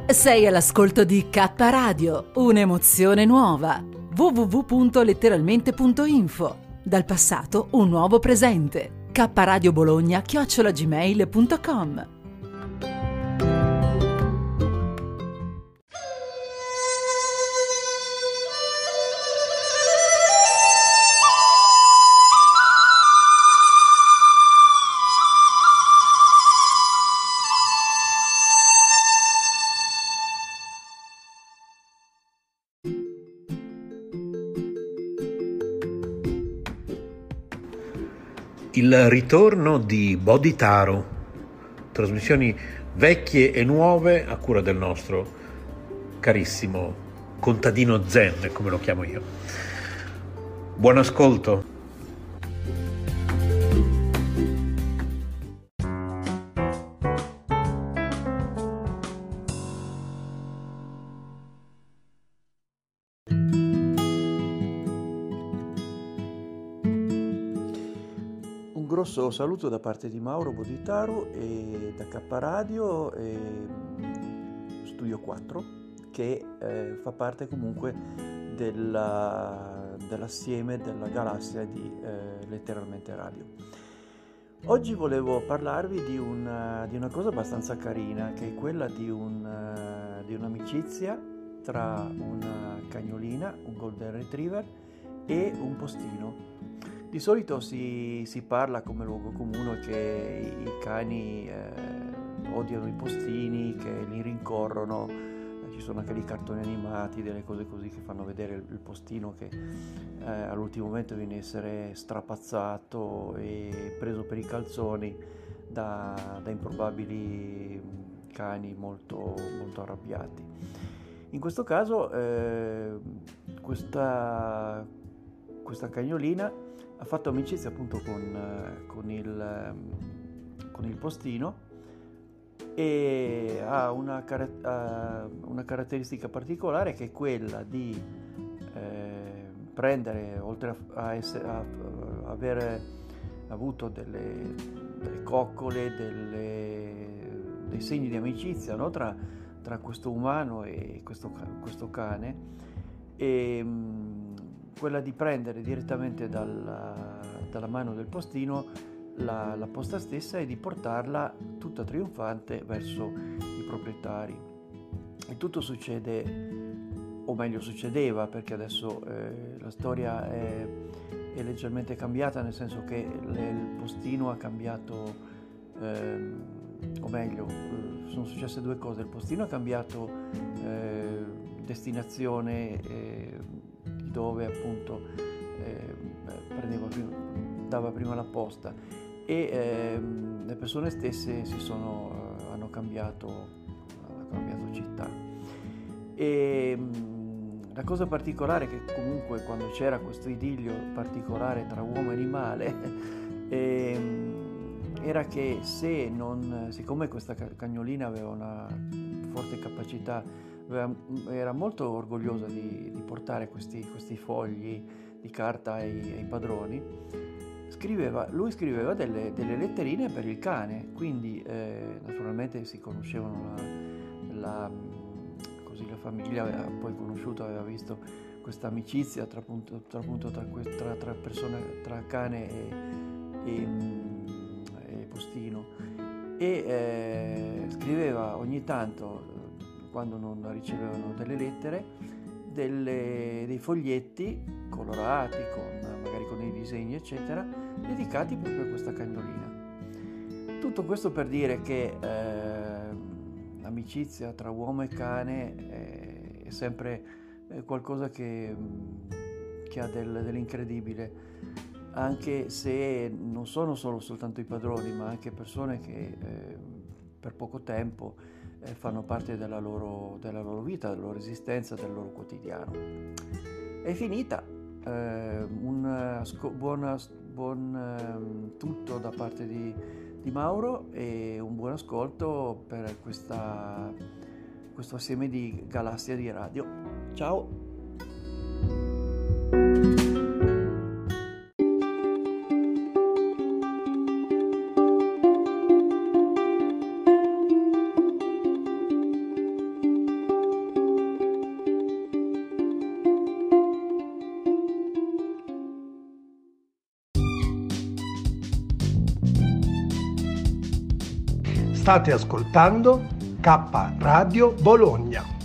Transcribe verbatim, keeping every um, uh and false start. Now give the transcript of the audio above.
Sei all'ascolto di K Radio, un'emozione nuova. w w w punto letteralmente punto info. Dal passato un nuovo presente. K Radio Bologna chiocciola gmail punto com. Il ritorno di Bodhitaro, trasmissioni vecchie e nuove a cura del nostro carissimo contadino Zen, come lo chiamo io. Buon ascolto. Grosso saluto da parte di Mauro Bodhitaro e da K Radio e Studio quattro, che eh, fa parte comunque della, dell'assieme della galassia di eh, Letteralmente Radio. Oggi volevo parlarvi di una, di una cosa abbastanza carina, che è quella di, un, di un'amicizia tra una cagnolina, un golden retriever e un postino. Di solito si, si parla come luogo comune che i, i cani eh, odiano i postini, che li rincorrono, eh, ci sono anche dei cartoni animati, delle cose così che fanno vedere il, il postino che eh, all'ultimo momento viene a essere strapazzato e preso per i calzoni da, da improbabili cani molto, molto arrabbiati. In questo caso eh, questa, questa cagnolina ha fatto amicizia appunto con, con, il, con il postino e ha una, ha una caratteristica particolare, che è quella di eh, prendere, oltre a, a, essere, a, a aver avuto delle, delle coccole, delle, dei segni di amicizia, no? tra, tra questo umano e questo, questo cane, e quella di prendere direttamente dalla, dalla mano del postino la, la posta stessa e di portarla tutta trionfante verso i proprietari. E tutto succede, o meglio succedeva, perché adesso eh, la storia è, è leggermente cambiata, nel senso che le, il postino ha cambiato, eh, o meglio, sono successe due cose. Il postino ha cambiato eh, destinazione, eh, dove appunto eh, prendeva prima, dava prima la posta, e eh, le persone stesse si sono, eh, hanno cambiato, hanno cambiato città. E mh, la cosa particolare è che comunque quando c'era questo idillio particolare tra uomo e animale eh, era che se non, siccome questa cagnolina aveva una forte capacità, era molto orgogliosa di, di portare questi, questi fogli di carta ai, ai padroni, scriveva, lui scriveva delle, delle letterine per il cane, quindi eh, naturalmente si conoscevano, la, la, così la famiglia aveva poi conosciuto, aveva visto questa amicizia tra, appunto, tra, appunto, tra, tra, tra persone, tra cane e, e, e postino, e eh, scriveva ogni tanto, quando non ricevevano delle lettere, delle, dei foglietti colorati, con, magari con dei disegni eccetera, dedicati proprio a questa cagnolina. Tutto questo per dire che eh, l'amicizia tra uomo e cane è, è sempre qualcosa che, che ha del, dell'incredibile, anche se non sono solo soltanto i padroni, ma anche persone che eh, per poco tempo fanno parte della loro, della loro vita, della loro esistenza, del loro quotidiano. È finita. Eh, un asco- buon, buon eh, tutto da parte di, di Mauro, e un buon ascolto per questa, questo assieme di galassia di radio. Ciao! State ascoltando K Radio Bologna.